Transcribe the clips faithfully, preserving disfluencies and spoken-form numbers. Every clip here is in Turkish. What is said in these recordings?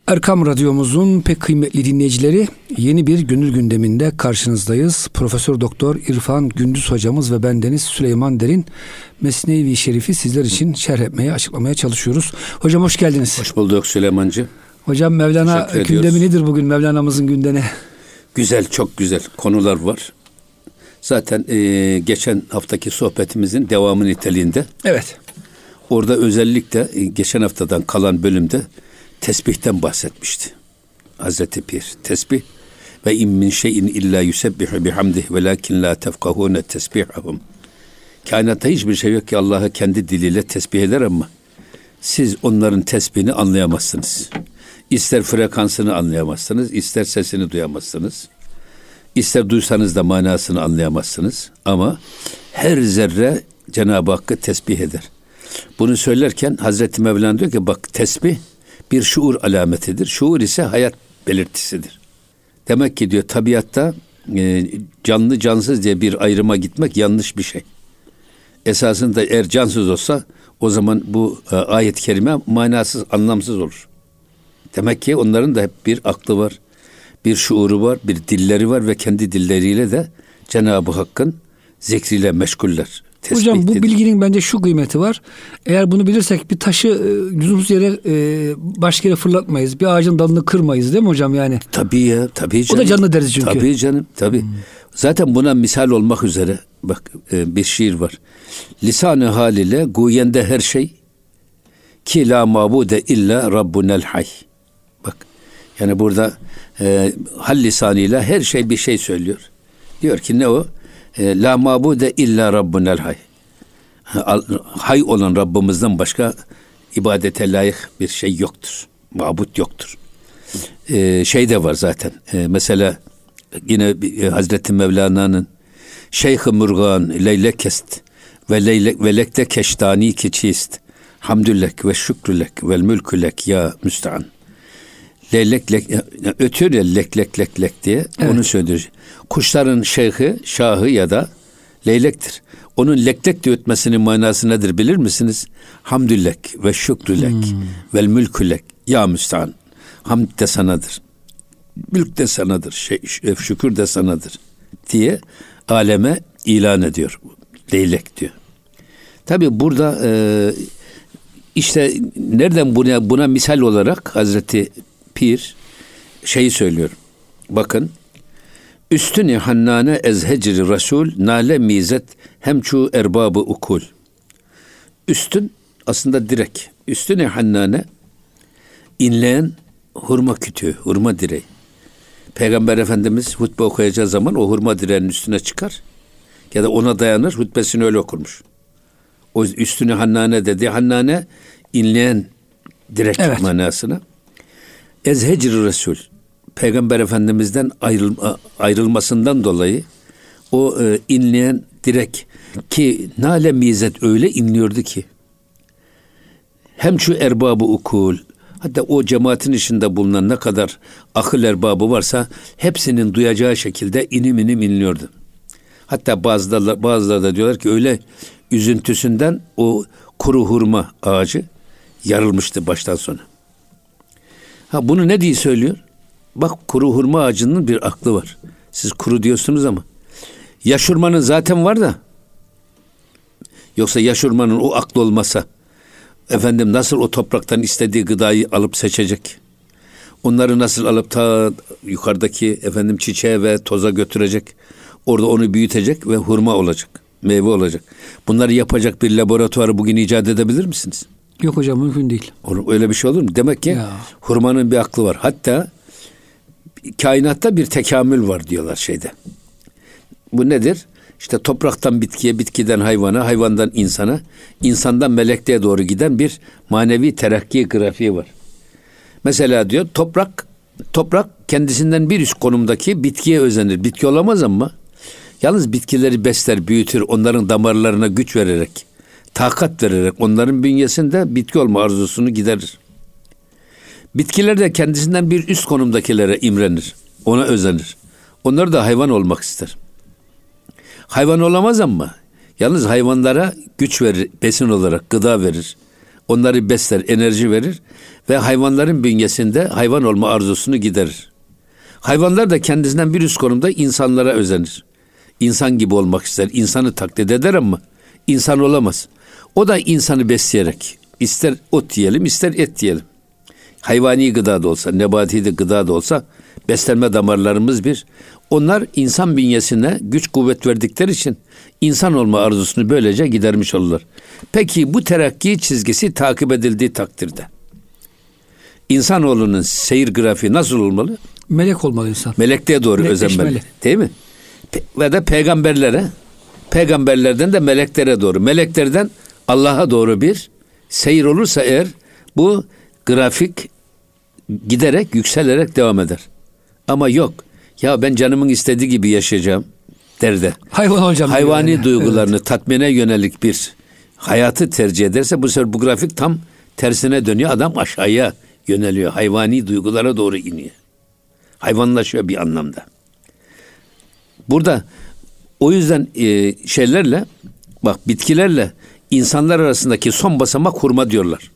Erkam Radyomuzun pek kıymetli dinleyicileri, yeni bir gönül gündeminde karşınızdayız. Profesör Doktor İrfan Gündüz hocamız ve bendeniz Süleyman Derin Mesnevi Şerif'i sizler için şerh etmeye, açıklamaya çalışıyoruz. Hocam hoş geldiniz. Hoş bulduk Süleymancığım. Hocam Mevlana gündemi nedir bugün, Mevlana'mızın gündemi? Güzel, çok güzel konular var. Zaten e, geçen haftaki sohbetimizin devamı niteliğinde. Evet. Orada özellikle e, geçen haftadan kalan bölümde tesbihten bahsetmişti. Hazreti Pir, tesbih ve in min şeyin illa yusebbihu bihamdih velakin la tefkahune tesbihahum. Kainatta hiçbir şey yok ki Allah'ı kendi diliyle tesbih eder ama siz onların tesbihini anlayamazsınız. İster frekansını anlayamazsınız, ister sesini duyamazsınız. İster duysanız da manasını anlayamazsınız. Ama her zerre Cenab-ı Hakk'ı tesbih eder. Bunu söylerken Hazreti Mevlana diyor ki bak, tesbih bir şuur alametidir. Şuur ise hayat belirtisidir. Demek ki diyor tabiatta e, canlı cansız diye bir ayrıma gitmek yanlış bir şey. Esasında eğer cansız olsa o zaman bu e, ayet-i kerime manasız, anlamsız olur. Demek ki onların da hep bir aklı var, bir şuuru var, bir dilleri var ve kendi dilleriyle de Cenab-ı Hakk'ın zikriyle meşguller. Hocam bu bilginin bence şu kıymeti var. Eğer bunu bilirsek bir taşı e, lüzumsuz yere e, başka yere fırlatmayız. Bir ağacın dalını kırmayız, değil mi hocam yani? Tabii ya, tabii canım. O da canlı deriz çünkü. Tabii canım, tabii. Hmm. Zaten buna misal olmak üzere bak e, bir şiir var. Lisan-ı hal ile guyende her şey ki la mabude illa rabbunel hay. Bak yani burada e, hal lisanıyla her şey bir şey söylüyor. Diyor ki ne o? E, la mabude illa rabbunel hay. Hay olan Rabbimizden başka ibadete layık bir şey yoktur. Mabut yoktur. E, şey de var zaten. E, mesela yine e, Hazreti Mevlana'nın Şeyh-i Murgan leylekest ve leylek ve lekte keştani ki çist. Hamdülek ve şükrülek vel mülkülek ya müstean. Leylek lek, ötüyor ya lek lek lek lek diye, evet. Onu söylüyor. Kuşların şeyhi, şahı ya da leylektir. Onun lek lek diye ötmesinin manası nedir bilir misiniz? Hamdülek ve şükrülek hmm. vel mülkülek ya müstean. Hamd de sanadır. Mülk de sanadır. Şey, şükür de sanadır diye aleme ilan ediyor. Leylek diyor. Tabii burada e, işte nereden buna, buna misal olarak Hazreti Pir şeyi söylüyor. Bakın. Üstüne hannane ezhecri rasul nale mizet hemçu erbabı ukul. Üstün aslında direk. Üstüne hannane inleyen hurma kütüğü, hurma direği. Peygamber Efendimiz hutbe okuyacağı zaman o hurma direğinin üstüne çıkar ya da ona dayanır, hutbesini öyle okurmuş. O üstüne hannane dedi. Hannane inleyen direk, evet. Manasına. Ezhecri Resul, Peygamber Efendimiz'den ayrılma, ayrılmasından dolayı o e, inleyen direk ki nale mizet öyle inliyordu ki hem şu erbabı ukul, hatta o cemaatin içinde bulunan ne kadar akıl erbabı varsa hepsinin duyacağı şekilde inim inim inliyordu. Hatta bazıları, bazıları da diyorlar ki öyle üzüntüsünden o kuru hurma ağacı yarılmıştı baştan sona. Ha bunu ne diye söylüyor? Bak, kuru hurma ağacının bir aklı var. Siz kuru diyorsunuz ama yaş hurmanın zaten var da, yoksa yaş hurmanın o aklı olmasa efendim nasıl o topraktan istediği gıdayı alıp seçecek? Onları nasıl alıp ta yukarıdaki efendim çiçeğe ve toza götürecek? Orada onu büyütecek ve hurma olacak, meyve olacak. Bunları yapacak bir laboratuvarı bugün icat edebilir misiniz? Yok hocam, mümkün değil. Öyle bir şey olur mu? Demek ki ya. Hurmanın bir aklı var. Hatta kainatta bir tekamül var diyorlar şeyde. Bu nedir? İşte topraktan bitkiye, bitkiden hayvana, hayvandan insana, insandan meleklere doğru giden bir manevi terakki grafiği var. Mesela diyor toprak, toprak kendisinden bir üst konumdaki bitkiye özenir. Bitki olamaz ama yalnız bitkileri besler, büyütür, onların damarlarına güç vererek, takat vererek onların bünyesinde bitki olma arzusunu giderir. Bitkiler de kendisinden bir üst konumdakilere imrenir, ona özenir. Onlar da hayvan olmak ister. Hayvan olamaz ama yalnız hayvanlara güç verir, besin olarak gıda verir. Onları besler, enerji verir ve hayvanların bünyesinde hayvan olma arzusunu giderir. Hayvanlar da kendisinden bir üst konumda insanlara özenir. İnsan gibi olmak ister, insanı taklit eder ama insan olamaz. O da insanı besleyerek, ister ot yiyelim, ister et yiyelim. Hayvani gıda da olsa, nebati de gıda da olsa beslenme damarlarımız bir. Onlar insan bünyesine güç kuvvet verdikleri için insan olma arzusunu böylece gidermiş olurlar. Peki bu terakki çizgisi takip edildiği takdirde insanoğlunun seyir grafiği nasıl olmalı? Melek olmalı insan. Melekliğe doğru özenmeli. Değil mi? Pe- ve de peygamberlere, peygamberlerden de meleklere doğru, meleklerden Allah'a doğru bir seyir olursa eğer bu grafik giderek, yükselerek devam eder. Ama yok. Ya ben canımın istediği gibi yaşayacağım der de. Hayvan olacağım. Hayvani yani. duygularını evet. tatmine yönelik bir hayatı tercih ederse bu sefer bu grafik tam tersine dönüyor. Adam aşağıya yöneliyor. Hayvani duygulara doğru iniyor. Hayvanlaşıyor bir anlamda. Burada o yüzden e, şeylerle, bak bitkilerle insanlar arasındaki son basamak hurma diyorlar.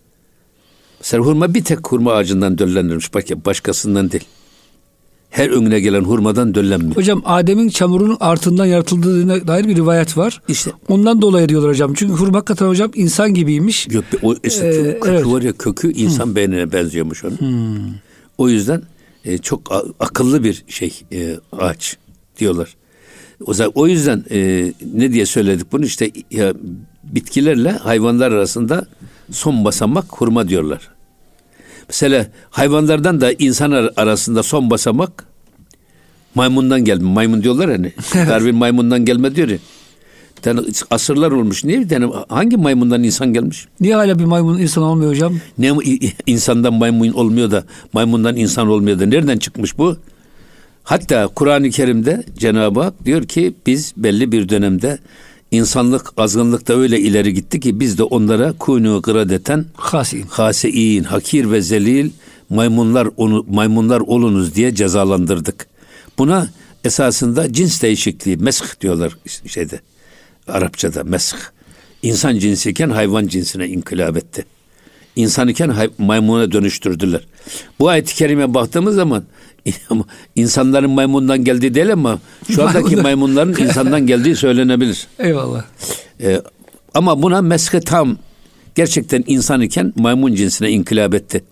Mesela hurma bir tek hurma ağacından döllenirmiş. Bak başkasından değil. Her önüne gelen hurmadan döllenmiyor. Hocam Adem'in çamurunun artığından yaratıldığına dair bir rivayet var. İşte ondan dolayı diyorlar hocam. Çünkü hurma hakikaten hocam insan gibiymiş. Yok, o işte ee, kökü evet. var ya, kökü insan hmm. beynine benziyormuş onun. Hmm. O yüzden e, çok a- akıllı bir şey e, ağaç diyorlar. O, o yüzden e, ne diye söyledik bunu, işte ya, bitkilerle hayvanlar arasında son basamak hurma diyorlar. Mesela hayvanlardan da insan arasında son basamak maymundan gelme. Maymun diyorlar hani. Darwin maymundan gelme diyor ya. Yani asırlar olmuş. Niye? Yani hangi maymundan insan gelmiş? Niye hala bir maymun insan olmuyor hocam? Ne insandan maymun olmuyor da maymundan insan olmuyor da nereden çıkmış bu? Hatta Kur'an-ı Kerim'de Cenab-ı Hak diyor ki biz belli bir dönemde İnsanlık azgınlıkta öyle ileri gitti ki biz de onlara kuynu kıradeten hasiin, hasiin, hakir ve zelil maymunlar onu maymunlar olunuz diye cezalandırdık. Buna esasında cins değişikliği, mesh diyorlar şeyde, Arapçada mesh. İnsan cinsiyken hayvan cinsine inkılap etti. İnsan iken hay- maymuna dönüştürdüler. Bu ayet-i kerime baktığımız zaman insanların maymundan geldiği değil ama şu andaki maymunların insandan geldiği söylenebilir. Eyvallah. Ee, ama buna meske tam gerçekten insan iken maymun cinsine inkılap etti.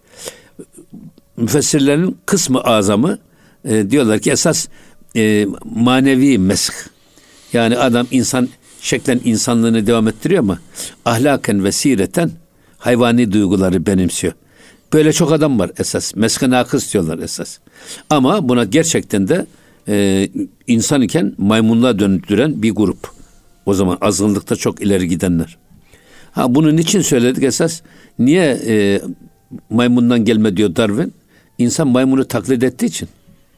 Müfessirlerin kısmı azamı e, diyorlar ki esas e, manevi mesk. Yani adam insan şeklen insanlığını devam ettiriyor ama ahlaken ve sireten hayvani duyguları benimsiyor. Böyle çok adam var esas. Meske nakıs diyorlar esas. Ama buna gerçekten de e, insan iken maymunluğa döndüren bir grup. O zaman azgınlıkta çok ileri gidenler. Ha bunun için söyledik esas. Niye e, maymundan gelme diyor Darwin? İnsan maymunu taklit ettiği için.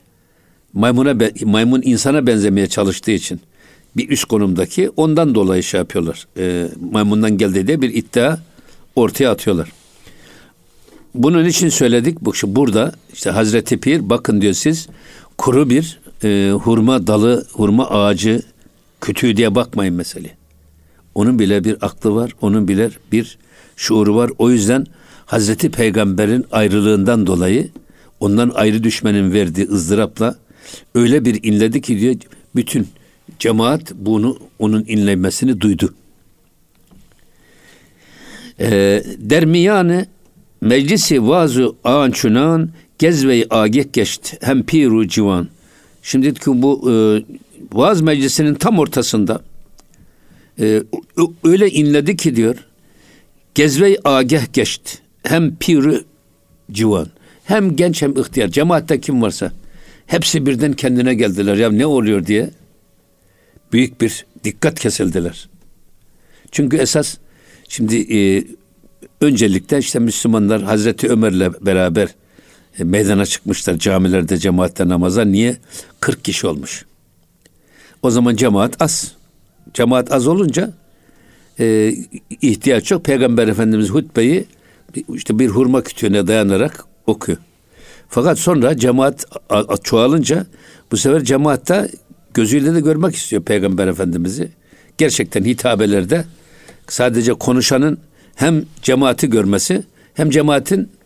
Maymuna maymun insana benzemeye çalıştığı için. Bir üst konumdaki ondan dolayı şey yapıyorlar. E, maymundan geldi diye bir iddia ortaya atıyorlar. Bunun için söyledik. Bu burada işte Hazreti Pir bakın diyor siz kuru bir e, hurma dalı, hurma ağacı kütüğü diye bakmayın mesela. Onun bile bir aklı var, onun bile bir şuuru var. O yüzden Hazreti Peygamber'in ayrılığından dolayı ondan ayrı düşmenin verdiği ızdırapla öyle bir inledi ki diyor bütün cemaat bunu onun inlemesini duydu. E, dermiyane meclisi vazu ağançunan gezveyi agek geçti hem piru civan. Şimdi ki bu e, vaaz meclisinin tam ortasında e, öyle inledi ki diyor gezveyi ageh geçti hem piru civan. Hem genç hem ihtiyar. Cemaatte kim varsa hepsi birden kendine geldiler. Ya ne oluyor diye büyük bir dikkat kesildiler. Çünkü esas şimdi e, öncelikle işte Müslümanlar Hazreti Ömer'le beraber e, meydana çıkmışlar camilerde cemaatle namaza. Niye? kırk kişi olmuş. O zaman cemaat az. Cemaat az olunca e, ihtiyaç yok. Peygamber Efendimiz hutbeyi işte bir hurma kütüğüne dayanarak okuyor. Fakat sonra cemaat çoğalınca bu sefer cemaatta gözüyle de görmek istiyor Peygamber Efendimiz'i. Gerçekten hitabelerde sadece konuşanın hem cemaati görmesi hem cemaatin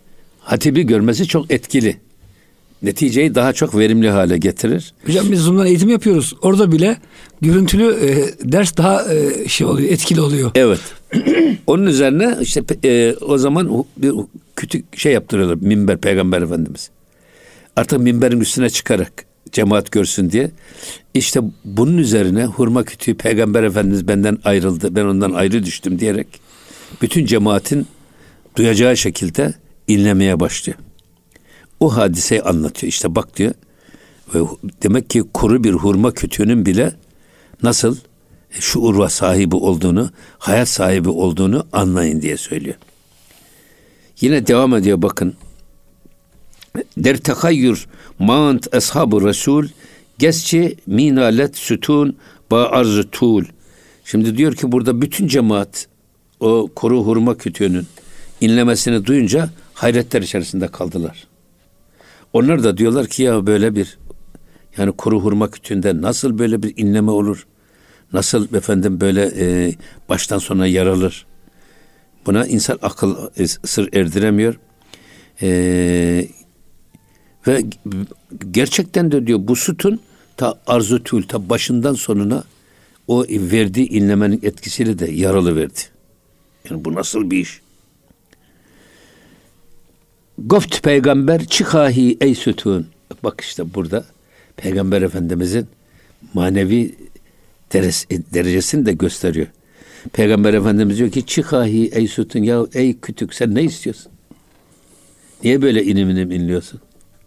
hatibi görmesi çok etkili. Neticeyi daha çok verimli hale getirir. Hocam biz Zoom'dan eğitim yapıyoruz. Orada bile görüntülü e, ders daha e, şey oluyor, etkili oluyor. Evet. Onun üzerine işte e, o zaman bir küçük şey yaptırıyorlar. Minber, Peygamber Efendimiz. Artık minberin üstüne çıkarak cemaat görsün diye. İşte bunun üzerine hurma kütüğü Peygamber Efendimiz benden ayrıldı, ben ondan ayrı düştüm diyerek bütün cemaatin duyacağı şekilde inlemeye başlıyor. O hadiseyi anlatıyor. İşte bak diyor. Demek ki kuru bir hurma kütüğünün bile nasıl şuur sahibi olduğunu, hayat sahibi olduğunu anlayın diye söylüyor. Yine devam ediyor bakın. Der tekayyür mant ashabu resul gesçi minalet sütun ba arz tul. Şimdi diyor ki burada bütün cemaat o kuru hurma kütüğünün inlemesini duyunca hayretler içerisinde kaldılar. Onlar da diyorlar ki ya böyle bir yani kuru hurma kütüğünde nasıl böyle bir inleme olur? Nasıl efendim böyle e, baştan sona yaralır? Buna insan akıl e, sır erdiremiyor. E, ve gerçekten de diyor bu sütun ta arzu tül ta başından sonuna o verdiği inlemenin etkisiyle de yaralı verdi. Yani bu nasıl bir iş? Goft peygamber çıkahi ey sütun. Bak işte burada Peygamber Efendimizin manevi derecesini de gösteriyor. Peygamber Efendimiz diyor ki çıkahi ey sütun, ya ey kütük sen ne istiyorsun? Niye böyle inim inim inliyorsun?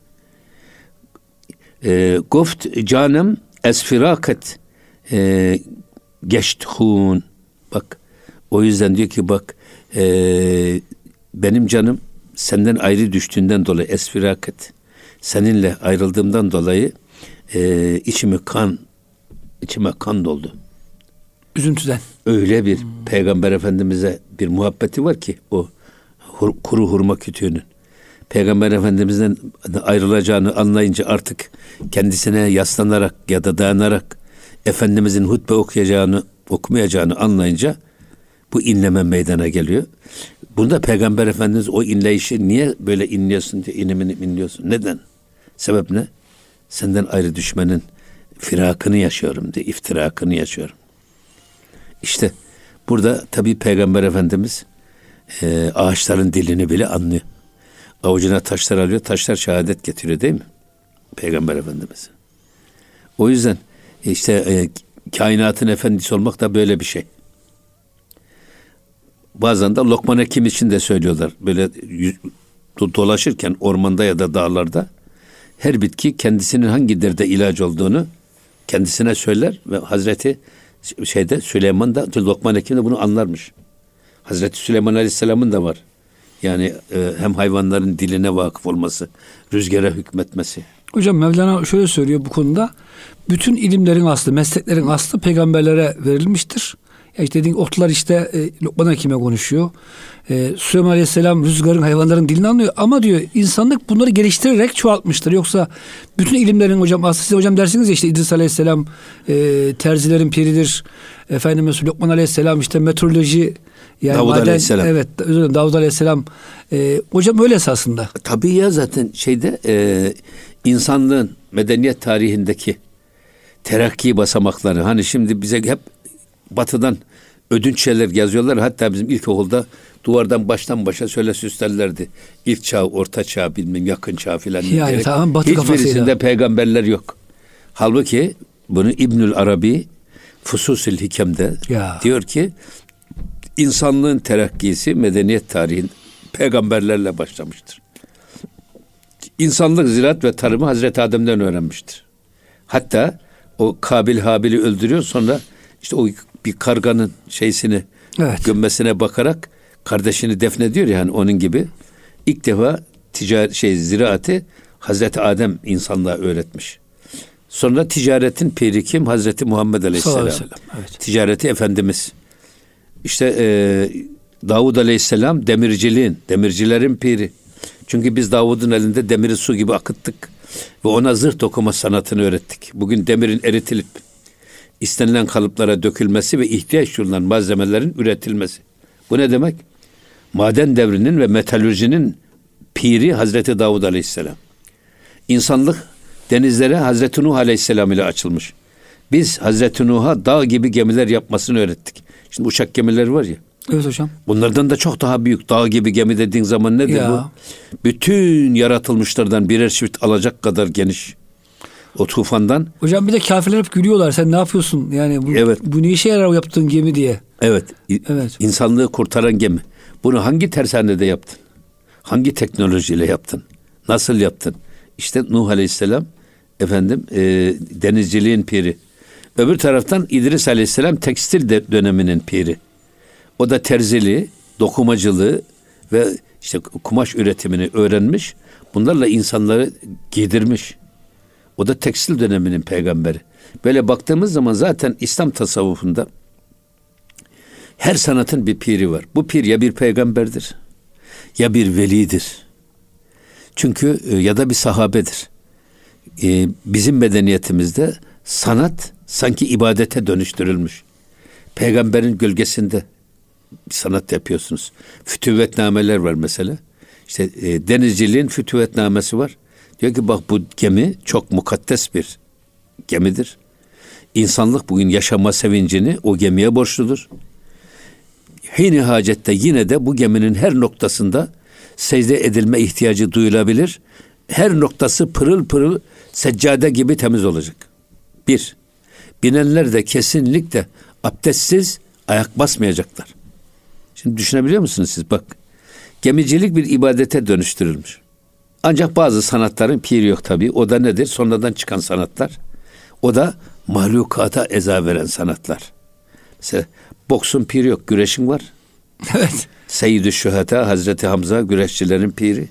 E, Goft canım esfiraket e, geçthun. Bak o yüzden diyor ki bak e, benim canım senden ayrı düştüğünden dolayı esfiraket, seninle ayrıldığımdan dolayı e, içimi kan içime kan doldu. Üzüntüden. Öyle bir hmm. Peygamber Efendimiz'e bir muhabbeti var ki o hur, kuru hurma kütüğünün. Peygamber Efendimiz'den ayrılacağını anlayınca artık kendisine yaslanarak ya da dayanarak Efendimiz'in hutbe okuyacağını, okumayacağını anlayınca bu inleme meydana geliyor. Bunda Peygamber Efendimiz o inleyişi niye böyle inliyorsun diye inimini inliyorsun. Neden? Sebep ne? Senden ayrı düşmenin firakını yaşıyorum diye, iftirakını yaşıyorum. İşte burada tabii Peygamber Efendimiz e, ağaçların dilini bile anlıyor. Avucuna taşlar alıyor, taşlar şehadet getiriyor değil mi? Peygamber Efendimiz. O yüzden işte e, kainatın efendisi olmak da böyle bir şey. Bazen de Lokman Hekim için de söylüyorlar. Böyle dolaşırken ormanda ya da dağlarda her bitki kendisinin hangi derde ilaç olduğunu kendisine söyler ve Hazreti şeyde Süleyman da Lokman Hekim de bunu anlarmış. Hazreti Süleyman Aleyhisselam'ın da var. Yani e, hem hayvanların diline vakıf olması, rüzgara hükmetmesi. Hocam Mevlana şöyle söylüyor bu konuda. Bütün ilimlerin aslı, mesleklerin aslı peygamberlere verilmiştir. Ya işte dediğin otlar işte e, Lokman Hakim'e konuşuyor. E, Süleyman Aleyhisselam rüzgarın, hayvanların dilini anlıyor. Ama diyor insanlık bunları geliştirerek çoğaltmıştır. Yoksa bütün ilimlerin hocam aslı, size hocam dersiniz ya işte İdris Aleyhisselam e, terzilerin piridir. Efendim mesela Lokman Aleyhisselam işte meteoroloji, yani Davud maden, Aleyhisselam. Evet, özür dilerim, Davud Aleyhisselam. E, hocam öyle esasında. Tabii ya zaten şeyde e, insanlığın medeniyet tarihindeki terakki basamakları, hani şimdi bize hep batıdan ödünç şeyler yazıyorlar. Hatta bizim ilkokulda duvardan baştan başa şöyle süslerlerdi. İlk çağ, orta çağ, bilmem yakın çağ filan. Yani tamam, batı kafasıyla. Hiçbirisinde peygamberler yok. Halbuki bunu İbnül Arabi Fususül Hikem'de ya. diyor ki insanlığın terakkisi medeniyet tarihin peygamberlerle başlamıştır. İnsanlık ziraat ve tarımı Hazreti Adem'den öğrenmiştir. Hatta o Kabil Habil'i öldürüyor, sonra işte o bir karganın şeysini evet. gömmesine bakarak kardeşini defnediyor, yani onun gibi ilk defa ticaret şey ziraati Hazreti Adem insanlığa öğretmiş. Sonra ticaretin piri kim? Hazreti Muhammed Aleyhisselam. Evet. Ticareti Efendimiz. İşte e, Davud Aleyhisselam demirciliğin, demircilerin piri. Çünkü biz Davud'un elinde demiri su gibi akıttık ve ona zırh dokuma sanatını öğrettik. Bugün demirin eritilip istenilen kalıplara dökülmesi ve ihtiyaç duyulan malzemelerin üretilmesi. Bu ne demek? Maden devrinin ve metalürjinin piri Hazreti Davud Aleyhisselam. İnsanlık denizlere Hazreti Nuh Aleyhisselam ile açılmış. Biz Hazreti Nuh'a dağ gibi gemiler yapmasını öğrettik. Şimdi uçak gemileri var ya. Evet hocam. Bunlardan da çok daha büyük. Dağ gibi gemi dediğin zaman nedir ya. bu? Bütün yaratılmışlardan birer çift alacak kadar geniş. O tufandan. Hocam bir de kafirler hep gülüyorlar. Sen ne yapıyorsun? Yani bu, evet. bu ne işe yarar yaptığın gemi diye. Evet. Evet. İnsanlığı kurtaran gemi. Bunu hangi tersanede yaptın? Hangi teknolojiyle yaptın? Nasıl yaptın? İşte Nuh Aleyhisselam efendim e, denizciliğin piri. Öbür taraftan İdris Aleyhisselam tekstil de, döneminin piri. O da terziliği, dokumacılığı ve işte kumaş üretimini öğrenmiş. Bunlarla insanları giydirmiş. O da tekstil döneminin peygamberi. Böyle baktığımız zaman zaten İslam tasavvufunda her sanatın bir piri var. Bu pir ya bir peygamberdir ya bir velidir. Çünkü ya da bir sahabedir. Ee, bizim medeniyetimizde sanat sanki ibadete dönüştürülmüş. Peygamberin gölgesinde bir sanat yapıyorsunuz. Fütüvvetnameler var mesela. İşte e, denizciliğin fütüvvetnamesi var. Diyor ki bak bu gemi çok mukaddes bir gemidir. İnsanlık bugün yaşama sevincini o gemiye borçludur. Hini hacette yine de bu geminin her noktasında secde edilme ihtiyacı duyulabilir. Her noktası pırıl pırıl seccade gibi temiz olacak. Bir, binenler de kesinlikle abdestsiz ayak basmayacaklar. Şimdi düşünebiliyor musunuz siz? Bak, gemicilik bir ibadete dönüştürülmüş. Ancak bazı sanatların piri yok tabii. O da nedir? Sonradan çıkan sanatlar. O da mahlukata eza veren sanatlar. Mesela boksun piri yok, güreşin var. Evet. Seyyid-i Şühedâ Hazreti Hamza güreşçilerin piri.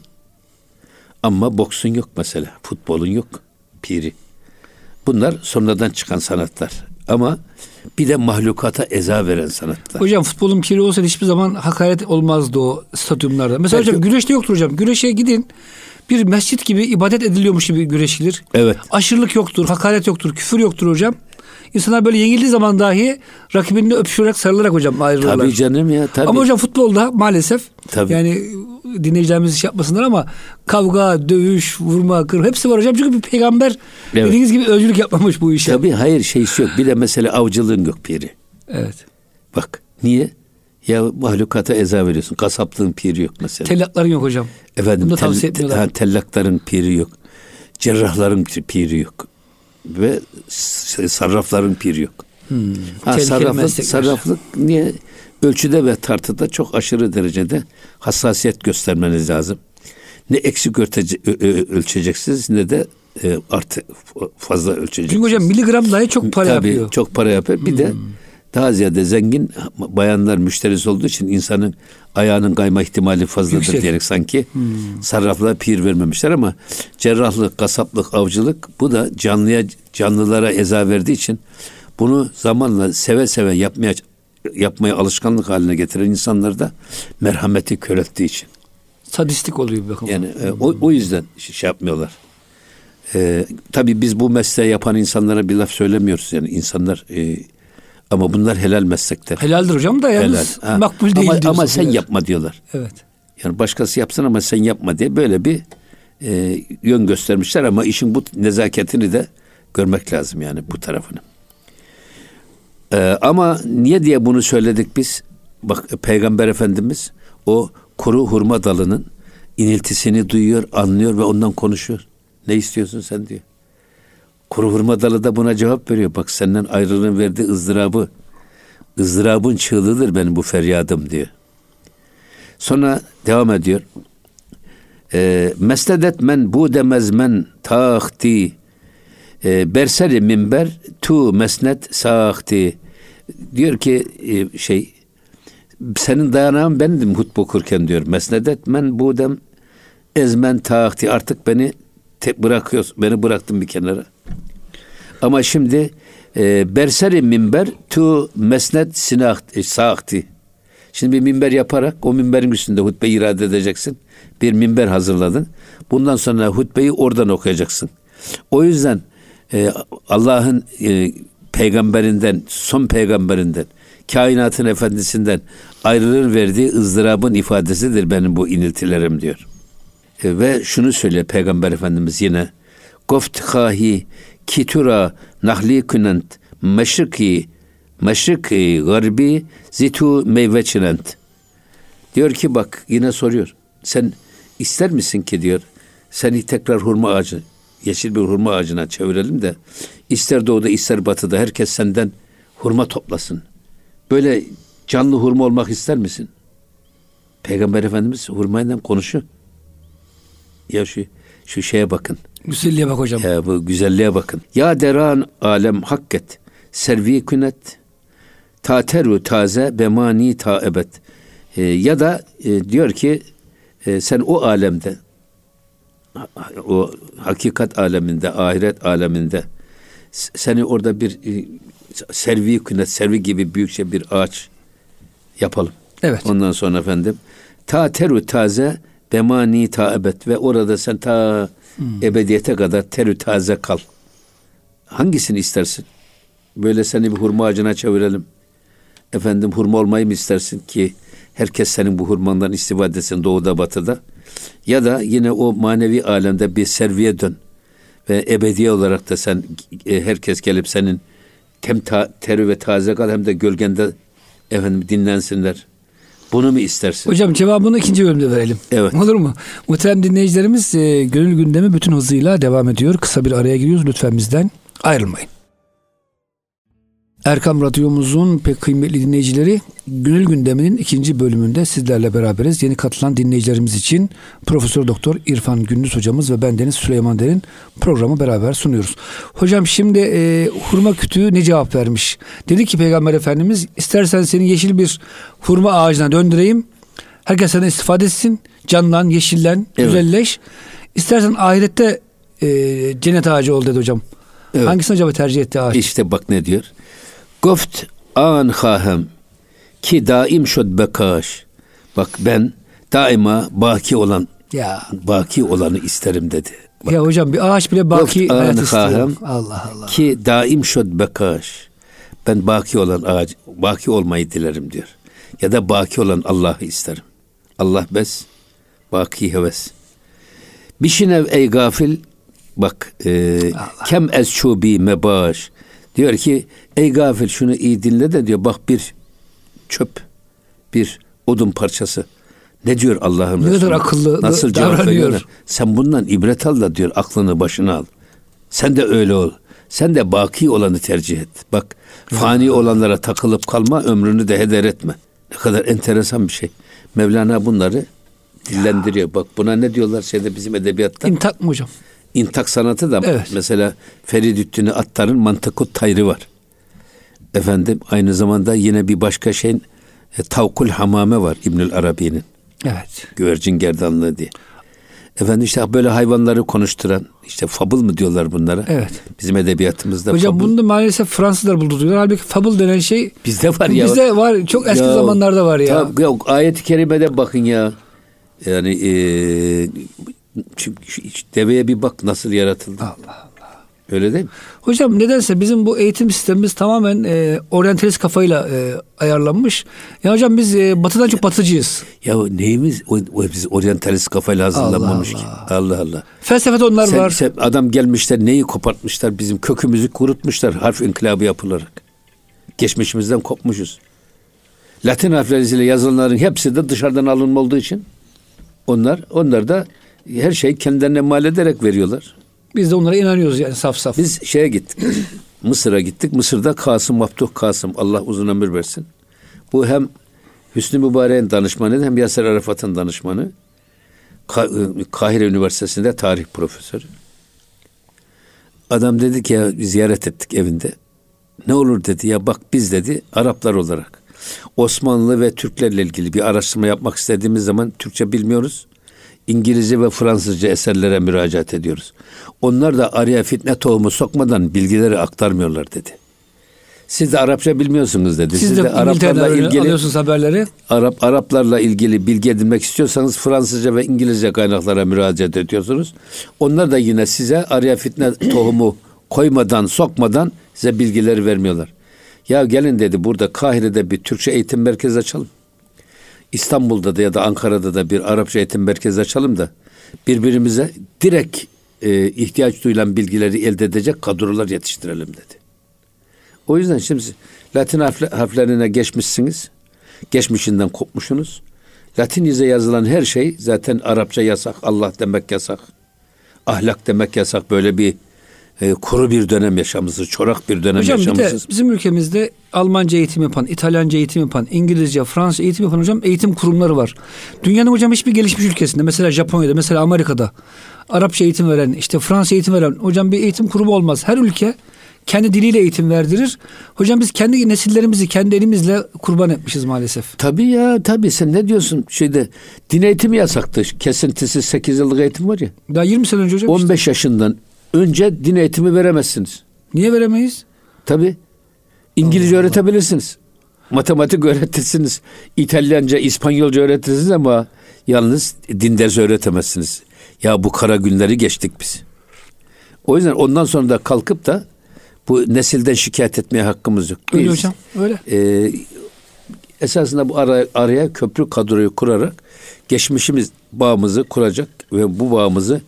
Ama boksun yok mesela. Futbolun yok piri. Bunlar sonradan çıkan sanatlar. Ama bir de mahlukata eza veren sanatlar. Hocam futbolun piri olsa hiçbir zaman hakaret olmazdı o stadyumlarda. Mesela belki, hocam güreşte yoktur hocam. Güreşe gidin. Bir mescit gibi ibadet ediliyormuş gibi güreşilir. Evet. Aşırılık yoktur, hakaret yoktur, küfür yoktur hocam. İnsanlar böyle yenildiği zaman dahi rakibini öpüşerek, sarılarak hocam ayrılırlar. Tabii canım ya. Tabii. Ama hocam futbolda maalesef tabii. Yani dinleyicilerimiz iş yapmasınlar ama kavga, dövüş, vurma, kırma hepsi var hocam. Çünkü bir peygamber evet. dediğiniz gibi öncülük yapmamış bu işe. Tabii hayır şeysi yok. Bir de mesela avcılığın yok piri. Evet. Bak niye? Ya mahlukata eza veriyorsun. Kasaplığın piri yok mesela. Tellakların yok hocam. Efendim tel, tavsiye etmiyorlar. Tellakların piri yok. Cerrahların piri yok. Ve sarrafların piri yok. Hmm, ha, sarraflık, sarraflık niye? Ölçüde ve tartıda çok aşırı derecede hassasiyet göstermeniz lazım. Ne eksik ölçece, ölçeceksiniz ne de e, artı fazla ölçeceksiniz. Çünkü hocam miligram dahi çok para Tabii, yapıyor. Çok para yapıyor. Bir hmm. de daha ziyade zengin bayanlar müşterisi olduğu için insanın ayağının kayma ihtimali fazladır Yüksek. diyerek sanki hmm. sarraflığa pir vermemişler ama cerrahlık, kasaplık, avcılık bu da canlıya canlılara eza verdiği için bunu zamanla seve seve yapmaya yapmaya alışkanlık haline getiren insanlarda merhameti körelttiği için. Sadistik oluyor bir bakıma. Yani e, o, o yüzden şey yapmıyorlar. E, tabii biz bu mesleği yapan insanlara bir laf söylemiyoruz yani insanlar e, ama bunlar helal meslekler. Helaldir hocam da yalnız helal. makbul değil ama, diyorsun. Ama sen yapma diyorlar. Evet. Yani başkası yapsın ama sen yapma diye böyle bir e, yön göstermişler ama işin bu nezaketini de görmek lazım yani bu tarafını. E, ama niye diye bunu söyledik biz? Bak Peygamber Efendimiz o kuru hurma dalının iniltisini duyuyor, anlıyor ve ondan konuşuyor. Ne istiyorsun sen diyor. Kuru hurma dalı da buna cevap veriyor. Bak senden ayrılığın verdiği ızdırabı, ızdırabın çığlığıdır benim bu feryadım diyor. Sonra devam ediyor. E, Mesledet men bu demez men tahti e, berseri minber tu mesnet sahti. Diyor ki e, şey senin dayanağın bendim hutbe okurken diyor. Mesnedet men bu dem ezmen tahti artık beni te, bırakıyorsun. Beni bıraktın bir kenara. Ama şimdi e, berseri minber tu mesnet sinahti sahti. Şimdi bir minber yaparak o minberin üstünde hutbeyi irade edeceksin. Bir minber hazırladın. Bundan sonra hutbeyi oradan okuyacaksın. O yüzden e, Allah'ın e, peygamberinden, son peygamberinden, kainatın efendisinden ayrılır verdiği ızdırabın ifadesidir benim bu iniltilerim diyor. E, ve şunu söylüyor Peygamber Efendimiz yine. Goft hahi kitura nahli künent meşriki meşriki garbi zitu meyveçinent. Diyor ki bak yine soruyor. Sen ister misin ki diyor seni tekrar hurma ağacı, yeşil bir hurma ağacına çevirelim de ister doğuda ister batıda herkes senden hurma toplasın. Böyle canlı hurma olmak ister misin? Peygamber Efendimiz hurmayla konuşuyor. Ya şu şu şeye bakın. Güzelliğe bak hocam. Ya bu güzelliğe bakın. Ya deran alem hakket servi künet tateru taze bemani taebet. Ee, ya da e, diyor ki e, sen o alemde, o hakikat aleminde, ahiret aleminde seni orada bir e, servi künet, servi gibi büyükçe bir ağaç yapalım. Evet. Ondan sonra efendim ta teru taze bemani taebet ve orada sen ta hmm. ebediyete kadar terü taze kal. Hangisini istersin? Böyle seni bir hurma ağacına çevirelim. Efendim hurma olmayı mı istersin ki herkes senin bu hurmandan istifade etsin doğuda batıda? Ya da yine o manevi alemde bir serviye dön. Ve ebedi olarak da sen e, herkes gelip senin hem ta, terü ve taze kal hem de gölgende efendim dinlensinler. Bunu mu istersin? Hocam cevabını ikinci bölümde verelim. Evet. Olur mu? Muhterem dinleyicilerimiz e, gönül gündemi bütün hızıyla devam ediyor. Kısa bir araya giriyoruz. Lütfen bizden ayrılmayın. Erkam Radyomuzun pek kıymetli dinleyicileri, Gönül Gündemi'nin ikinci bölümünde sizlerle beraberiz. Yeni katılan dinleyicilerimiz için Profesör Doktor İrfan Gündüz hocamız ve bendeniz Süleyman Derin programı beraber sunuyoruz. Hocam şimdi e, hurma kütüğü ne cevap vermiş? Dedi ki Peygamber Efendimiz, istersen seni yeşil bir hurma ağacına döndüreyim. Herkes senden istifade etsin. Canlan, yeşillen, evet. Güzelleş. İstersen ahirette e, cennet ağacı ol dedi hocam. Evet. Hangisini acaba tercih etti ağaç? İşte bak ne diyor. Goft an hahem ki daim şod bekaş. Bak ben daima baki olan ya. baki olanı isterim dedi. Bak. Ya hocam bir ağaç bile baki hayat istiyor. Allah Allah. Ki daim şod bekaş. Ben baki olan ağaç, baki olmayı dilerim diyor. Ya da baki olan Allah'ı isterim. Allah bes, baki heves. Bişinev ey gafil. Bak e, kem ez çubi mebaş. Diyor ki ey gafil şunu iyi dinle de diyor bak bir çöp, bir odun parçası. Ne diyor Allah'ın Resulü? Ne kadar akıllı nasıl davranıyor? Sen bundan ibret al da diyor aklını başına al. Sen de öyle ol. Sen de baki olanı tercih et. Bak fani olanlara takılıp kalma, ömrünü de heder etme. Ne kadar enteresan bir şey. Mevlana bunları dillendiriyor. Bak buna ne diyorlar şeyde bizim edebiyatta? İntak mı hocam? İntak sanatı da evet. Mesela Feridüddin Attar'ın Mantıkut Tayrı var. Efendim aynı zamanda yine bir başka şeyin e, Tavkul Hamame var İbnül Arabi'nin. Evet. Güvercin gerdanlığı diye. Efendim işte böyle hayvanları konuşturan işte fabıl mı diyorlar bunlara? Evet. Bizim edebiyatımızda hocam fabıl. bunu da maalesef Fransızlar buldu diyorlar. Halbuki fabıl denen şey bizde var ya. Bizde var. Çok eski ya, zamanlarda var ya. Tabii, ya ayet-i kerimede bakın ya. Yani e, çünkü deveye bir bak nasıl yaratıldı. Allah Allah. Öyle değil mi? Hocam nedense bizim bu eğitim sistemimiz tamamen e, oryantalist kafayla e, ayarlanmış. Ya hocam biz e, batıdan çok batıcıyız. Ya neyimiz o, o biz oryantalist kafayla hazırlanmamış Allah Allah. ki. Allah Allah. Felsefede onlar sen, var. Sen, adam gelmişler neyi kopartmışlar bizim kökümüzü kurutmuşlar harf inkılabı yapılarak. Geçmişimizden kopmuşuz. Latin harfleriyle yazılanların hepsi de dışarıdan alınma olduğu için onlar onlar da her şeyi kendilerine mal ederek veriyorlar. Biz de onlara inanıyoruz yani saf saf. Biz şeye gittik. Mısır'a gittik. Mısır'da Kasım Maftuh Kasım Allah uzun ömür versin. Bu hem Hüsnü Mübarek'in danışmanı hem Yasser Arafat'ın danışmanı. Kahire Üniversitesi'nde tarih profesörü. Adam dedi ki ya ziyaret ettik evinde. Ne olur dedi ya bak biz dedi Araplar olarak Osmanlı ve Türklerle ilgili bir araştırma yapmak istediğimiz zaman Türkçe bilmiyoruz. İngilizce ve Fransızca eserlere müracaat ediyoruz. Onlar da araya fitne tohumu sokmadan bilgileri aktarmıyorlar dedi. Siz de Arapça bilmiyorsunuz dedi. Siz, Siz de, de Araplarla ilgili alıyorsunuz haberleri. Arap Araplarla ilgili bilgi edinmek istiyorsanız Fransızca ve İngilizce kaynaklara müracaat ediyorsunuz. Onlar da yine size araya fitne tohumu koymadan, sokmadan size bilgileri vermiyorlar. Ya gelin dedi burada Kahire'de bir Türkçe eğitim merkezi açalım. İstanbul'da da ya da Ankara'da da bir Arapça eğitim merkezi açalım da birbirimize direkt e, ihtiyaç duyulan bilgileri elde edecek kadrolar yetiştirelim dedi. O yüzden şimdi Latin harfle, harflerine geçmişsiniz. Geçmişinden kopmuşsunuz. Latinize yazılan her şey zaten Arapça yasak. Allah demek yasak. Ahlak demek yasak. Böyle bir e, kuru bir dönem yaşamışız. Çorak bir dönem hocam, yaşamışız. Hocam bir de bizim ülkemizde Almanca eğitim yapan, İtalyanca eğitim yapan, İngilizce, Fransızca eğitim yapan hocam eğitim kurumları var. Dünyanın hocam hiçbir gelişmiş ülkesinde, mesela Japonya'da, mesela Amerika'da Arapça eğitim veren, işte Fransızca eğitim veren hocam bir eğitim kurumu olmaz. Her ülke kendi diliyle eğitim verdirir. Hocam biz kendi nesillerimizi kendi elimizle kurban etmişiz maalesef. Tabii ya, tabii. Sen ne diyorsun? Şeyde din eğitimi yasaktı. Kesintisiz sekiz yıllık eğitim var ya. Daha yirmi sene önce hocam. on beş işte. yaşından önce din eğitimi veremezsiniz. Niye veremeyiz? Tabii. İngilizce Allah öğretebilirsiniz. Matematik öğretirsiniz. İtalyanca, İspanyolca öğretirsiniz ama yalnız din dersi öğretemezsiniz. Ya bu kara günleri geçtik biz. O yüzden ondan sonra da kalkıp da bu nesilden şikayet etmeye hakkımız yok. Biz, öyle hocam, öyle. E, esasında bu ara, araya köprü kadroyu kurarak geçmişimiz bağımızı kuracak ve bu bağımızı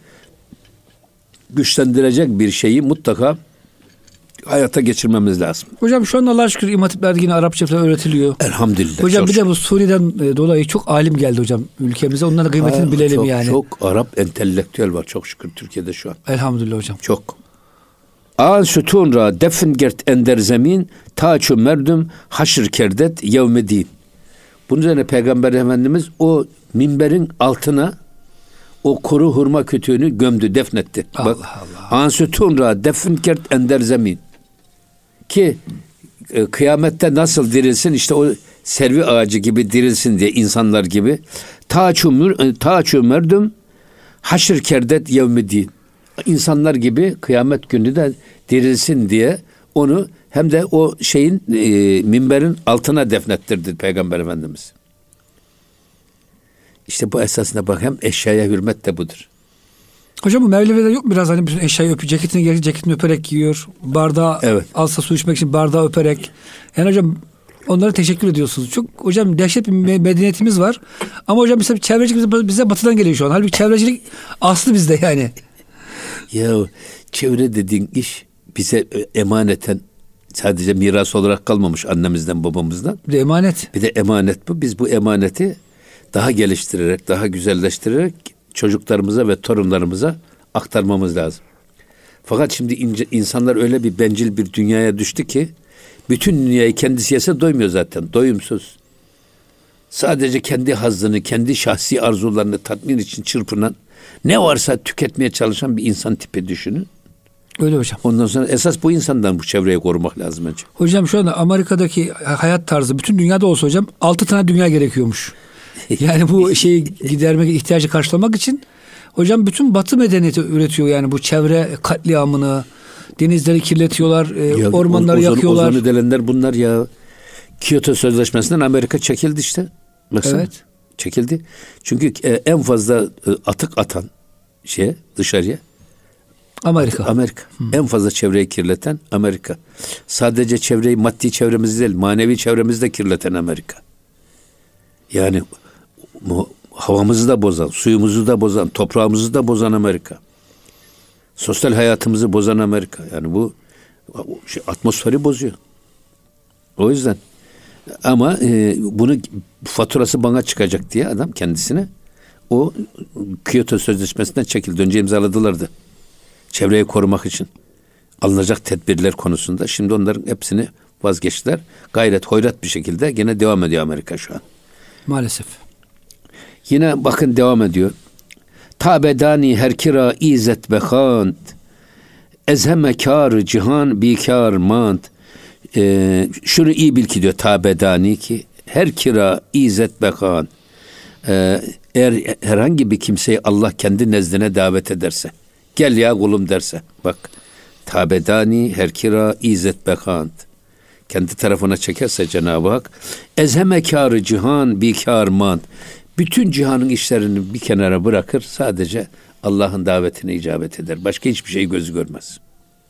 güçlendirecek bir şeyi mutlaka hayata geçirmemiz lazım. Hocam şu anda Allah'a şükür İmam Hatiplerde yine Arapça falan öğretiliyor. Elhamdülillah. Hocam bir şükür. de bu Suriye'den dolayı çok alim geldi hocam ülkemize. Onların kıymetini ha, bilelim çok, yani. Çok Arap entelektüel var çok şükür Türkiye'de şu an. Elhamdülillah hocam. Çok. An sütun ra defin gert ender zemin taçu merdüm haşr kerdet yevmedin. Bunun üzerine Peygamber Efendimiz o minberin altına o kuru hurma kütüğünü gömdü, defnetti. Allah Bak, Allah. An sütun ra defin gert ender zemin. Ki e, kıyamette nasıl dirilsin, işte o servi ağacı gibi dirilsin diye, insanlar gibi. Taçu taçu merdüm haşr kerdet yevmedin. İnsanlar gibi kıyamet günü de dirilsin diye onu hem de o şeyin e, minberin altına defnettirdi Peygamber Efendimiz. İşte bu esasında bak, hem eşyaya hürmet de budur. Hocam bu Mevlevi'de yok mu biraz hani bütün eşyayı öpüyor, ceketini gelir, ceketini öperek giyiyor. Bardağı evet. alsa su içmek için bardağı öperek. Yani hocam onlara teşekkür ediyorsunuz. Çok hocam dehşet bir medeniyetimiz var. Ama hocam mesela çevrecilik bize, bize batıdan geliyor şu an. Halbuki çevrecilik aslı bizde yani. Ya çevre dediğin iş bize emaneten sadece miras olarak kalmamış annemizden babamızdan. Bir de emanet. Bir de emanet bu. Biz bu emaneti daha geliştirerek, daha güzelleştirerek çocuklarımıza ve torunlarımıza aktarmamız lazım. Fakat şimdi ince, insanlar öyle bir bencil bir dünyaya düştü ki bütün dünyayı kendisi yese doymuyor zaten. Doyumsuz. Sadece kendi hazzını, kendi şahsi arzularını tatmin için çırpınan, ne varsa tüketmeye çalışan bir insan tipi düşünün. Öyle hocam. Ondan sonra esas bu insandan bu çevreyi korumak lazım önce. Hocam şu anda Amerika'daki hayat tarzı bütün dünyada olsa hocam altı tane dünya gerekiyormuş. Yani bu şeyi gidermek, ihtiyacı karşılamak için hocam bütün Batı medeniyeti üretiyor yani bu çevre katliamını, denizleri kirletiyorlar, ya, ormanları ozon, yakıyorlar. Ozonu delenler bunlar ya. Kyoto Sözleşmesi'nden Amerika çekildi işte. Baksana. Evet. Çekildi. Çünkü en fazla atık atan şey dışarıya Amerika. Amerika. Hmm. En fazla çevreyi kirleten Amerika. Sadece çevreyi, maddi çevremizi değil, manevi çevremizi de kirleten Amerika. Yani havamızı da bozan, suyumuzu da bozan, toprağımızı da bozan Amerika. Sosyal hayatımızı bozan Amerika. Yani bu şey, atmosferi bozuyor. O yüzden ama e, bunu faturası bana çıkacak diye adam kendisine o Kyoto Sözleşmesi'nden çekildi. Önce imzaladılardı. Çevreyi korumak için alınacak tedbirler konusunda. Şimdi onların hepsini vazgeçtiler. Gayret hoyrat bir şekilde gene devam ediyor Amerika şu an. Maalesef. Yine bakın devam ediyor. Tabedani her kira izet bekant ezheme kar cihan bikar mant. Ee, şunu iyi bil ki diyor tabedani ki her kira izet bekant. Ee, eğer herhangi bir kimseyi Allah kendi nezdine davet ederse, gel ya kulum derse, bak tabedani her kira izet bekant, kendi tarafına çekerse Cenab-ı Hak ezheme kârı cihan bikâr mant, bütün cihanın işlerini bir kenara bırakır, sadece Allah'ın davetine icabet eder. Başka hiçbir şey gözü görmez.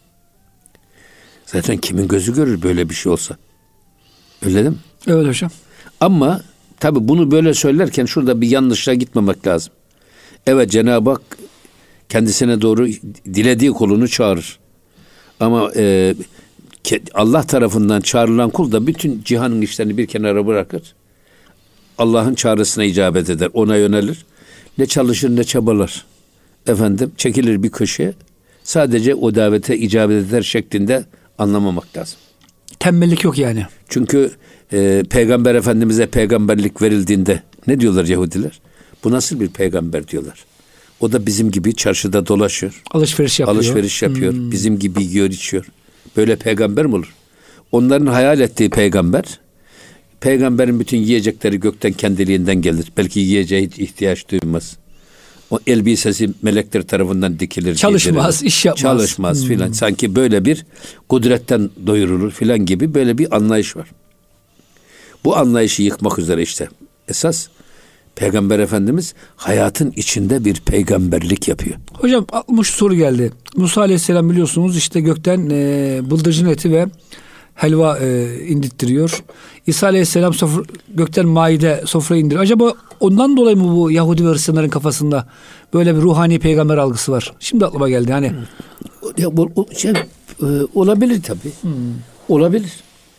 Zaten kimin gözü görür böyle bir şey olsa? Öyle değil mi? Evet hocam. Ama tabii bunu böyle söylerken şurada bir yanlışa gitmemek lazım. Evet, Cenab-ı Hak kendisine doğru dilediği kulunu çağırır. Ama e, Allah tarafından çağrılan kul da bütün cihanın işlerini bir kenara bırakır. Allah'ın çağrısına icabet eder, ona yönelir. Ne çalışır ne çabalar. Efendim, çekilir bir köşeye. Sadece o davete icabet eder şeklinde anlamamak lazım. Tembellik yok yani. Çünkü e, Peygamber Efendimiz'e peygamberlik verildiğinde ne diyorlar Yahudiler? Bu nasıl bir peygamber diyorlar. O da bizim gibi çarşıda dolaşıyor. Alışveriş yapıyor. Alışveriş yapıyor. Hmm. Bizim gibi yiyor, içiyor. Böyle peygamber mi olur? Onların hayal ettiği peygamber, peygamberin bütün yiyecekleri gökten kendiliğinden gelir. Belki yiyeceğe hiç ihtiyaç duymaz. O elbisesi melekler tarafından dikilir. Çalışmaz, giydirir. iş yapmaz. Çalışmaz hmm. filan. Sanki böyle bir kudretten doyurulur filan gibi böyle bir anlayış var. Bu anlayışı yıkmak üzere işte. Esas Peygamber Efendimiz hayatın içinde bir peygamberlik yapıyor. Hocam aklıma şu soru geldi. Musa Aleyhisselam biliyorsunuz işte gökten e, bıldırcın eti ve helva e, indirttiriyor. İsa Aleyhisselam sofra, gökten maide sofrayı indiriyor. Acaba ondan dolayı mı bu Yahudi ve Hristiyanların kafasında böyle bir ruhani peygamber algısı var? Şimdi aklıma geldi hani. Ya, bu, o, şey, e, olabilir tabii. Hmm. Olabilir.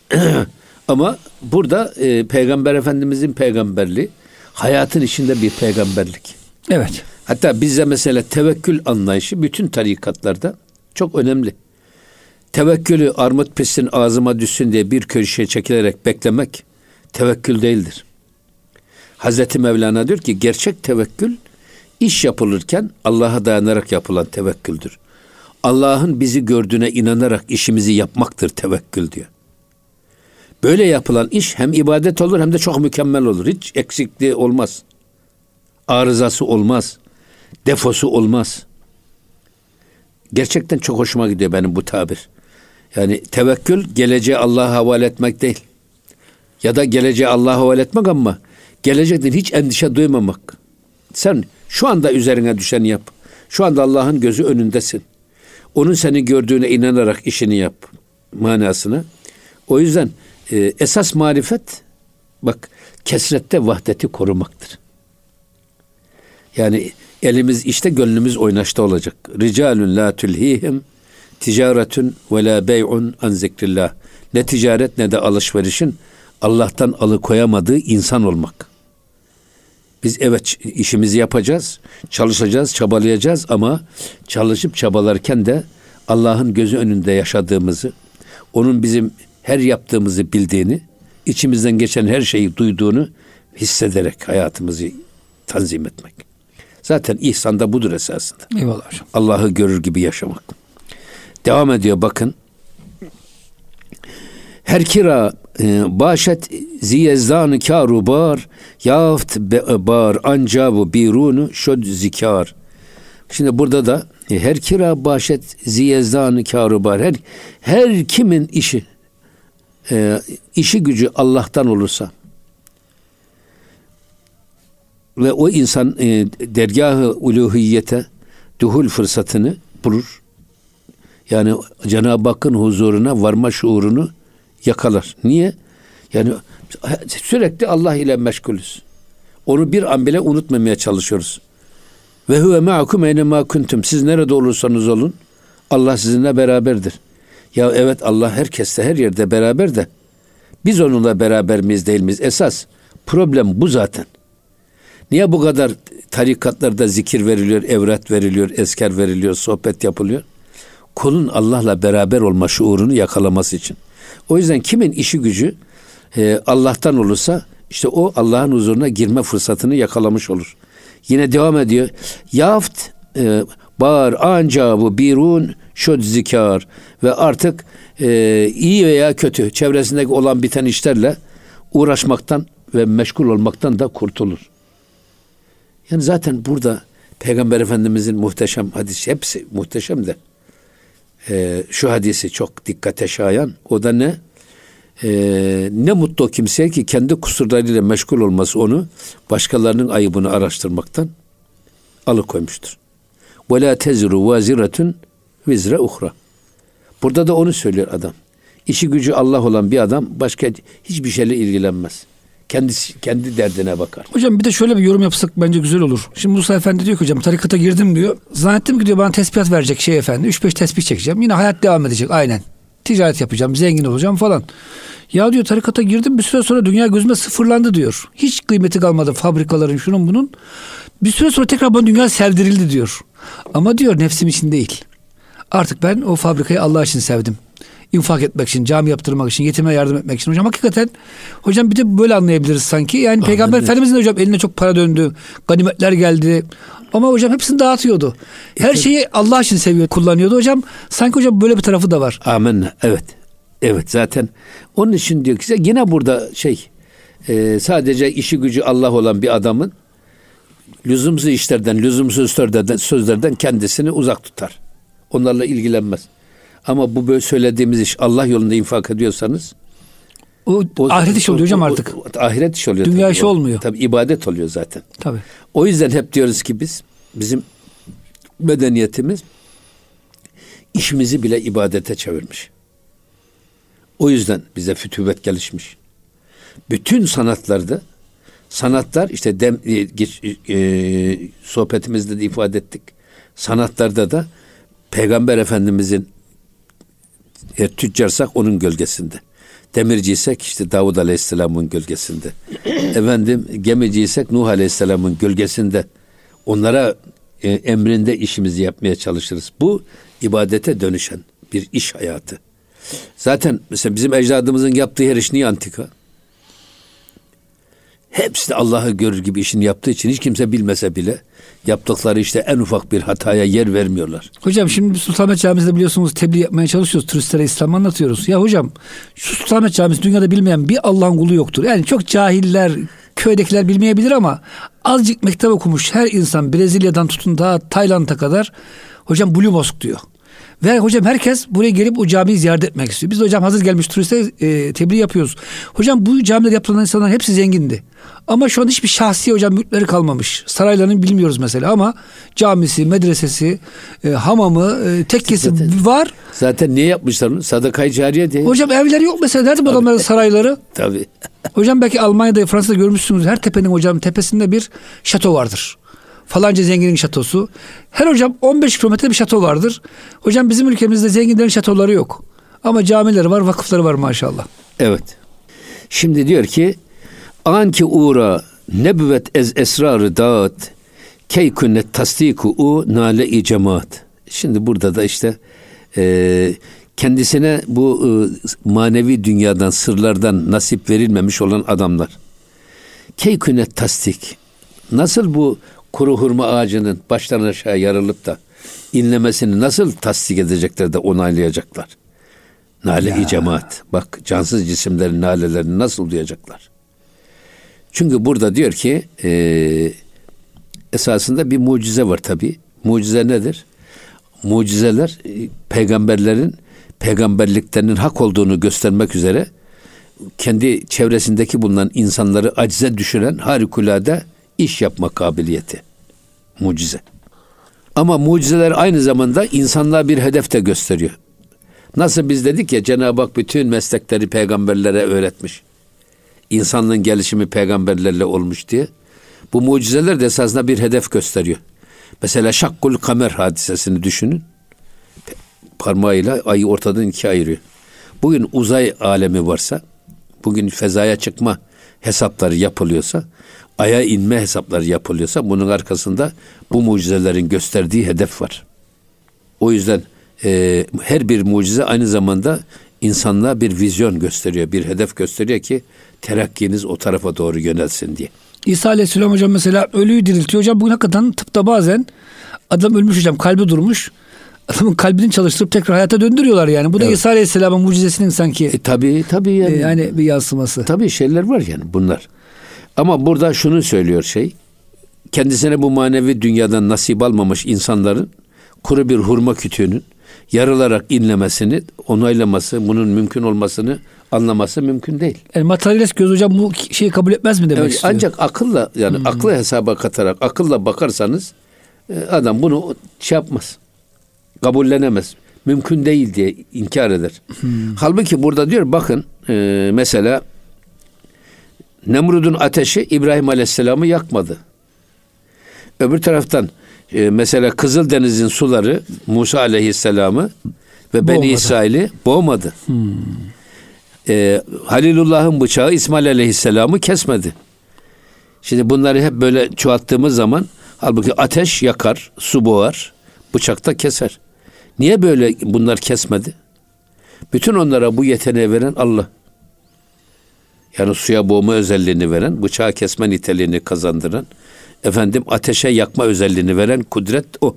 Ama burada e, Peygamber Efendimizin peygamberliği hayatın içinde bir peygamberlik. Evet. Hatta bizde mesela tevekkül anlayışı bütün tarikatlarda çok önemli. Tevekkülü armut pişsin ağzıma düşsün diye bir köşeye çekilerek beklemek tevekkül değildir. Hazreti Mevlana diyor ki gerçek tevekkül iş yapılırken Allah'a dayanarak yapılan tevekküldür. Allah'ın bizi gördüğüne inanarak işimizi yapmaktır tevekkül diyor. Böyle yapılan iş hem ibadet olur hem de çok mükemmel olur. Hiç eksikliği olmaz. Arızası olmaz. Defosu olmaz. Gerçekten çok hoşuma gidiyor benim bu tabir. Yani tevekkül geleceği Allah'a havale etmek değil. Ya da geleceği Allah'a havale etmek ama gelecekten hiç endişe duymamak. Sen şu anda üzerine düşeni yap. Şu anda Allah'ın gözü önündesin. Onun seni gördüğüne inanarak işini yap manasını. O yüzden e, esas marifet bak kesrette vahdeti korumaktır. Yani elimiz işte gönlümüz oynaşta olacak. Ricalun la tulhihim ticaretun ve la bey'un an zikrillah. Ne ticaret ne de alışverişin Allah'tan alıkoyamadığı insan olmak. Biz evet işimizi yapacağız, çalışacağız, çabalayacağız ama çalışıp çabalarken de Allah'ın gözü önünde yaşadığımızı, onun bizim her yaptığımızı bildiğini, içimizden geçen her şeyi duyduğunu hissederek hayatımızı tanzim etmek. Zaten ihsan da budur esasında. Eyvallah hocam. Allah'ı görür gibi yaşamak. Devam ediyor bakın. Her kira başet ziyezzan karubar yaft bar ancabu birunu şod zikar. Şimdi burada da her kira başet ziyezzan karubar her her kimin işi e, işi gücü Allah'tan olursa ve o insan e, dergâh-ı uluhiyete duhul fırsatını bulur. Yani Cenab-ı Hakk'ın huzuruna varma şuurunu yakalar. Niye? Yani sürekli Allah ile meşgulüz. Onu bir an bile unutmamaya çalışıyoruz. Ve huve ma'akum eyne ma kuntum. Siz nerede olursanız olun Allah sizinle beraberdir. Ya evet Allah herkesle her yerde beraber de biz onunla beraber miyiz değil miyiz? Esas problem bu zaten. Niye bu kadar tarikatlarda zikir veriliyor, evrat veriliyor, esker veriliyor, sohbet yapılıyor? Kulun Allah'la beraber olma şuurunu yakalaması için. O yüzden kimin işi gücü e, Allah'tan olursa işte o Allah'ın huzuruna girme fırsatını yakalamış olur. Yine devam ediyor. Yaft e, bar ancabu birun şod zikar ve artık e, iyi veya kötü çevresindeki olan biten işlerle uğraşmaktan ve meşgul olmaktan da kurtulur. Yani zaten burada Peygamber Efendimizin muhteşem hadisi, hepsi muhteşem de e, şu hadisi çok dikkate şayan. O da ne? E, ne mutlu o kimseye ki kendi kusurlarıyla meşgul olması onu başkalarının ayıbını araştırmaktan alıkoymuştur. Ve la tezru vaziretun vizre uhra. Burada da onu söylüyor adam. İşi gücü Allah olan bir adam başka hiçbir şeyle ilgilenmez. Kendisi kendi derdine bakar. Hocam bir de şöyle bir yorum yapsak bence güzel olur. Şimdi Musa Efendi diyor ki hocam tarikata girdim diyor. Zannettim ki diyor bana tesbihat verecek şey efendi. üç beş tesbih çekeceğim. Yine hayat devam edecek aynen. Ticaret yapacağım, zengin olacağım falan. Ya diyor tarikata girdim bir süre sonra dünya gözüme sıfırlandı diyor. Hiç kıymeti kalmadı fabrikaların şunun bunun. Bir süre sonra tekrar bana dünya sevdirildi diyor. Ama diyor nefsim için değil. Artık ben o fabrikayı Allah için sevdim. İnfak etmek için, cami yaptırmak için, yetime yardım etmek için. Hocam hakikaten hocam bir de böyle anlayabiliriz sanki. Yani Anladım. Peygamber Efendimiz'in hocam eline çok para döndü. Ganimetler geldi. Ama hocam hepsini dağıtıyordu. Her şeyi Allah için seviyor, kullanıyordu hocam. Sanki hocam böyle bir tarafı da var. Amenna. Evet. Evet zaten onun için diyor ki yine burada şey e, sadece işi gücü Allah olan bir adamın lüzumsuz işlerden, lüzumsuz sözlerden, sözlerden kendisini uzak tutar. Onlarla ilgilenmez. Ama bu böyle söylediğimiz iş Allah yolunda infak ediyorsanız o, o ahiret işi oluyor hocam artık. O, o, ahiret işi oluyor. Dünya tabii. işi olmuyor. Tabii ibadet oluyor zaten. Tabii. O yüzden hep diyoruz ki biz bizim medeniyetimiz işimizi bile ibadete çevirmiş. O yüzden bize fütüvet gelişmiş. Bütün sanatlarda sanatlar işte dem, e, e, sohbetimizde de ifade ettik. Sanatlarda da Peygamber Efendimizin eğer tüccarsak onun gölgesinde. Demirciysek işte Davud Aleyhisselam'ın gölgesinde. Efendim gemiciysek Nuh Aleyhisselam'ın gölgesinde. Onlara e, emrinde işimizi yapmaya çalışırız. Bu ibadete dönüşen bir iş hayatı. Zaten mesela bizim ecdadımızın yaptığı her iş niye antika? Hepsi de Allah'ı görür gibi işini yaptığı için hiç kimse bilmese bile yaptıkları işte en ufak bir hataya yer vermiyorlar. Hocam şimdi Sultanahmet Camisi'nde biliyorsunuz tebliğ yapmaya çalışıyoruz. Turistlere İslam'ı anlatıyoruz. Ya hocam şu Sultanahmet Camisi dünyada bilmeyen bir Allah'ın kulu yoktur. Yani çok cahiller, köydekiler bilmeyebilir ama azıcık mektep okumuş her insan Brezilya'dan tutun da Tayland'a kadar hocam Blue Mosque diyor. Ve hocam herkes buraya gelip o camiyi ziyaret etmek istiyor. Biz de hocam hazır gelmiş turiste e, tebliğ yapıyoruz. Hocam bu camiler yapılan insanlar hepsi zengindi. Ama şu an hiçbir şahsi hocam mülkleri kalmamış. Saraylarını bilmiyoruz mesela ama camisi, medresesi, e, hamamı, e, tekkesi zaten, var. Zaten niye yapmışlar onu? Sadaka-i cariye diye. Hocam evleri yok mesela. Nerede bu adamların sarayları? Tabii. Hocam belki Almanya'da, Fransa'da görmüşsünüz. Her tepenin hocam tepesinde bir şato vardır. Falanca zenginin şatosu. Her hocam on beş kilometre bir şato vardır. Hocam bizim ülkemizde zenginlerin şatoları yok. Ama camileri var, vakıfları var maşallah. Evet. Şimdi diyor ki anki uğra nebüvet ez esrarı dağıt key künnet tasdiku u nale-i cemaat. Şimdi burada da işte e, kendisine bu e, manevi dünyadan, sırlardan nasip verilmemiş olan adamlar. Key künnet tasdik. Nasıl bu kuru hurma ağacının baştan aşağı yarılıp da inlemesini nasıl tasdik edecekler de onaylayacaklar? Nale-i cemaat. Bak cansız cisimlerin nalelerini nasıl duyacaklar? Çünkü burada diyor ki e, esasında bir mucize var tabii. Mucize nedir? Mucizeler e, peygamberlerin peygamberliklerinin hak olduğunu göstermek üzere kendi çevresindeki bulunan insanları acize düşüren harikulade iş yapma kabiliyeti. Mucize. Ama mucizeler aynı zamanda insanlığa bir hedef de gösteriyor. Nasıl biz dedik ya Cenab-ı Hak bütün meslekleri peygamberlere öğretmiş. İnsanlığın gelişimi peygamberlerle olmuş diye. Bu mucizeler de esasında bir hedef gösteriyor. Mesela Şakkul Kamer hadisesini düşünün. Parmağıyla ayı ortadan ikiye ayırıyor. Bugün uzay alemi varsa, bugün fezaya çıkma hesapları yapılıyorsa, aya inme hesapları yapılıyorsa bunun arkasında bu mucizelerin gösterdiği hedef var. O yüzden e, her bir mucize aynı zamanda insanlığa bir vizyon gösteriyor, bir hedef gösteriyor ki terakkiniz o tarafa doğru yönelsin diye. İsa Aleyhisselam hocam mesela ölüyü diriltiyor. Hocam bugün hakikaten tıpta bazen adam ölmüş hocam, kalbi durmuş. Adamın kalbini çalıştırıp tekrar hayata döndürüyorlar yani. Bu da evet. İsa Aleyhisselam'ın mucizesinin sanki e, tabii tabii yani. E, yani bir yansıması. Tabii şeyler var yani bunlar. Ama burada şunu söylüyor şey. Kendisine bu manevi dünyadan nasip almamış insanların kuru bir hurma kütüğünün yarılarak inlemesini, onaylaması, bunun mümkün olmasını anlaması mümkün değil. Yani materyalist göz hocam bu şeyi kabul etmez mi demek evet, istiyor? Ancak akılla yani hmm. aklı hesaba katarak, akılla bakarsanız adam bunu şey yapmaz. Kabullenemez. Mümkün değil diye inkar eder. Hmm. Halbuki burada diyor bakın e, mesela Nemrud'un ateşi İbrahim Aleyhisselam'ı yakmadı. Öbür taraftan e, mesela Kızıldeniz'in suları Musa Aleyhisselam'ı ve Beni İsrail'i boğmadı. Hmm. E, Halilullah'ın bıçağı İsmail Aleyhisselam'ı kesmedi. Şimdi bunları hep böyle çoğalttığımız zaman halbuki ateş yakar, su boğar, bıçak da keser. Niye böyle bunlar kesmedi? Bütün onlara bu yeteneği veren Allah. Yani suya boğma özelliğini veren, bıçağı kesme niteliğini kazandıran, efendim ateşe yakma özelliğini veren kudret o.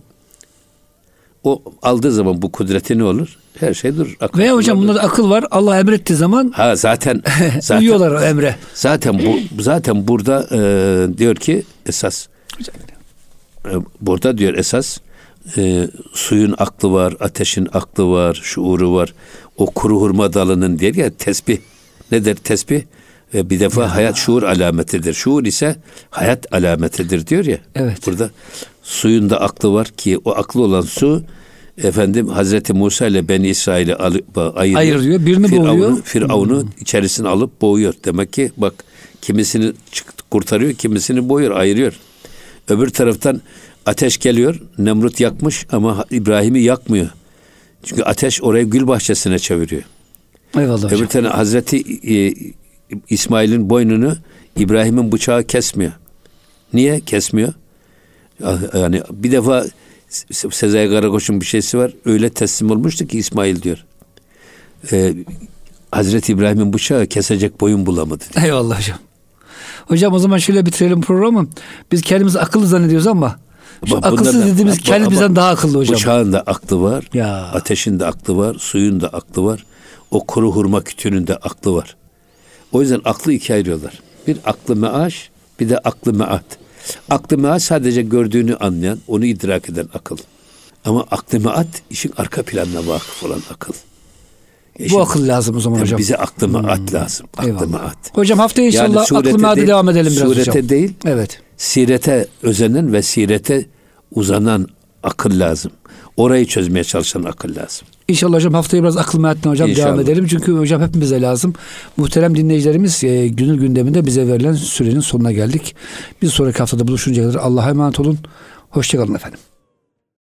O aldığı zaman bu kudreti ne olur? Her şey durur. Akıl Veya hocam bunda da akıl var. Allah emrettiği zaman ha zaten zaten uyuyorlar o emre. Zaten bu zaten burada e, diyor ki esas e, burada diyor esas e, suyun aklı var, ateşin aklı var, şuuru var. O kuru hurma dalının diyor ya tesbih. Nedir tesbih? E, bir defa ya. Hayat şuur alametidir. Şuur ise hayat alametidir diyor ya. Evet. Burada suyun da aklı var ki o aklı olan su efendim Hazreti Musa ile Beni İsrail'i ayırıyor. Ayırıyor. Birini Firavun'u, boğuyor. Firavun'u hmm. içerisine alıp boğuyor. Demek ki bak kimisini kurtarıyor, kimisini boğuyor, ayırıyor. Öbür taraftan ateş geliyor. Nemrut yakmış ama İbrahim'i yakmıyor. Çünkü ateş orayı gül bahçesine çeviriyor. Eyvallah Öbür tane Hazreti e, İsmail'in boynunu İbrahim'in bıçağı kesmiyor. Niye kesmiyor? Yani bir defa Sezai Karakoç'un bir şeysi var. Öyle teslim olmuştu ki İsmail diyor. Ee, Hazreti İbrahim'in bıçağı kesecek boyun bulamadı. Diyor. Eyvallah hocam. Hocam o zaman şöyle bitirelim programı. Biz kendimizi akıllı zannediyoruz ama şu akılsız da, dediğimiz kendimiz bizden daha akıllı hocam. Bıçağın da aklı var. Ya. Ateşin de aklı var. Suyun da aklı var. O kuru hurma kütüğünün de aklı var. O yüzden aklı ikiye ayırıyorlar. Bir aklı meaş, bir de aklı meat. Aklı meat sadece gördüğünü anlayan, onu idrak eden akıl. Ama aklı meat işin arka planına vakıf olan akıl. Ya Bu şimdi, akıl lazım o zaman hocam. Bize aklı meat hmm. lazım. Aklı Eyvallah. meat. Hocam haftaya inşallah yani aklı meat'e devam edelim biraz surete hocam. Surete değil, evet. sirete özenen ve sirete uzanan akıl lazım. Orayı çözmeye çalışan akıl lazım. İnşallah hocam haftaya biraz akıl meatine hocam İnşallah. devam edelim. Çünkü hocam hepimize lazım. Muhterem dinleyicilerimiz e, günün gündeminde bize verilen sürenin sonuna geldik. Bir sonraki haftada buluşuncaya kadar Allah'a emanet olun. Hoşçakalın efendim.